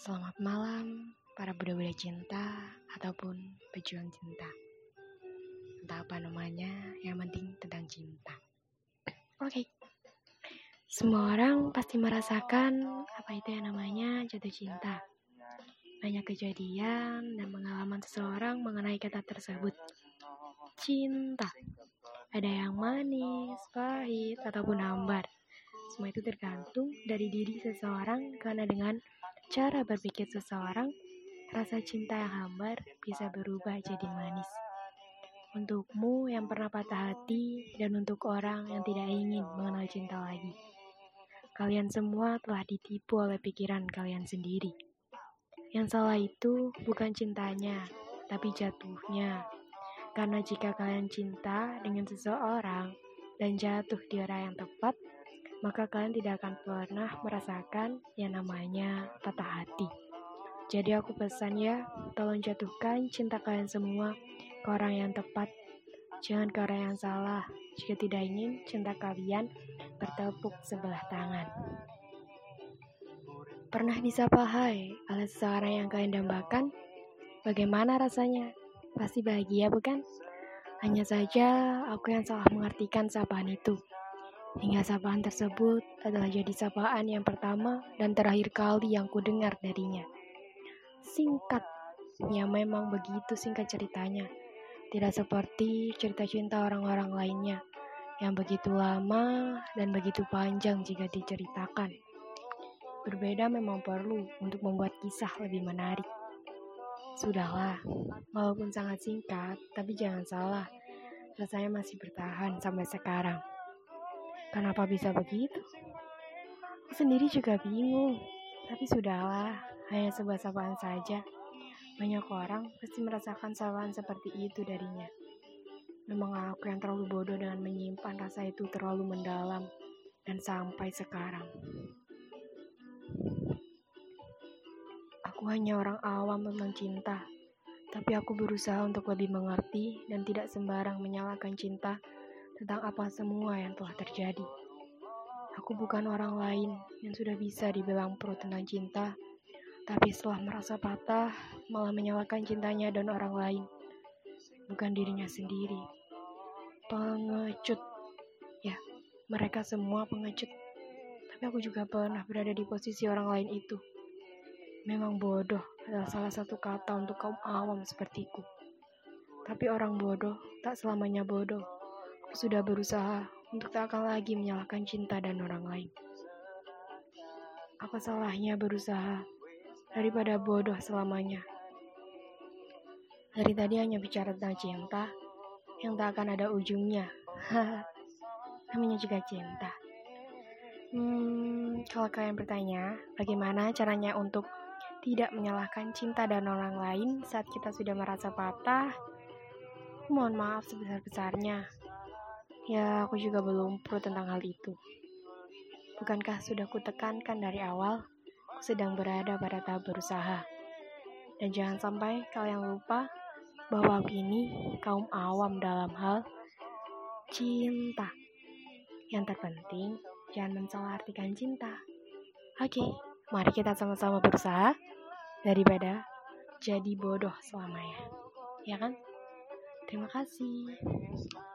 Selamat malam para budak-budak cinta ataupun pejuang cinta. Entah apa namanya, yang penting tentang cinta. Oke. Semua orang pasti merasakan apa itu yang namanya jatuh cinta. Banyak kejadian dan pengalaman seseorang mengenai kata tersebut. Cinta. Ada yang manis, pahit, ataupun hambar. Semua itu tergantung dari diri seseorang, karena dengan cara berpikir seseorang, rasa cinta yang hambar bisa berubah jadi manis. Untukmu yang pernah patah hati dan untuk orang yang tidak ingin mengenal cinta lagi. Kalian semua telah ditipu oleh pikiran kalian sendiri. Yang salah itu bukan cintanya, tapi jatuhnya. Karena jika kalian cinta dengan seseorang dan jatuh di orang yang tepat, maka kalian tidak akan pernah merasakan yang namanya patah hati. Jadi aku pesan ya, tolong jatuhkan cinta kalian semua ke orang yang tepat. Jangan ke orang yang salah, jika tidak ingin cinta kalian bertepuk sebelah tangan. Pernah disapa hai oleh seseorang yang kalian dambakan? Bagaimana rasanya? Pasti bahagia bukan? Hanya saja aku yang salah mengartikan sapaan itu. Hingga sapaan tersebut adalah jadi sapaan yang pertama dan terakhir kali yang kudengar darinya. Singkat, ya memang begitu singkat ceritanya. Tidak seperti cerita cinta orang-orang lainnya yang begitu lama dan begitu panjang jika diceritakan. Berbeda memang perlu untuk membuat kisah lebih menarik. Sudahlah, walaupun sangat singkat, tapi jangan salah, rasanya masih bertahan sampai sekarang. Kenapa bisa begitu? Aku sendiri juga bingung, tapi sudahlah, hanya sebuah sapaan saja. Banyak orang pasti merasakan sapaan seperti itu darinya. Memang aku yang terlalu bodoh dengan menyimpan rasa itu terlalu mendalam dan sampai sekarang. Aku hanya orang awam tentang cinta, tapi aku berusaha untuk lebih mengerti dan tidak sembarang menyalahkan cinta tentang apa semua yang telah terjadi. Aku bukan orang lain yang sudah bisa dibilang pro tentang cinta, tapi setelah merasa patah, malah menyalahkan cintanya dan orang lain, bukan dirinya sendiri. Pengecut. Ya, mereka semua pengecut. Tapi aku juga pernah berada di posisi orang lain itu. Memang bodoh adalah salah satu kata untuk kaum awam sepertiku. Tapi orang bodoh tak selamanya bodoh. Aku sudah berusaha untuk tak akan lagi menyalahkan cinta dan orang lain. Apa salahnya berusaha daripada bodoh selamanya? Dari tadi hanya bicara tentang cinta yang tak akan ada ujungnya. Namanya juga cinta. Kalau kalian bertanya, bagaimana caranya untuk tidak menyalahkan cinta dan orang lain saat kita sudah merasa patah? Mohon maaf sebesar-besarnya. Ya, aku juga belum pro tentang hal itu. Bukankah sudah kutekankan dari awal, aku sedang berada pada tahap berusaha. Dan jangan sampai kalian lupa bahwa aku ini kaum awam dalam hal cinta. Yang terpenting, jangan mensalahartikan cinta. Oke, mari kita sama-sama berusaha daripada jadi bodoh selamanya. Ya kan? Terima kasih.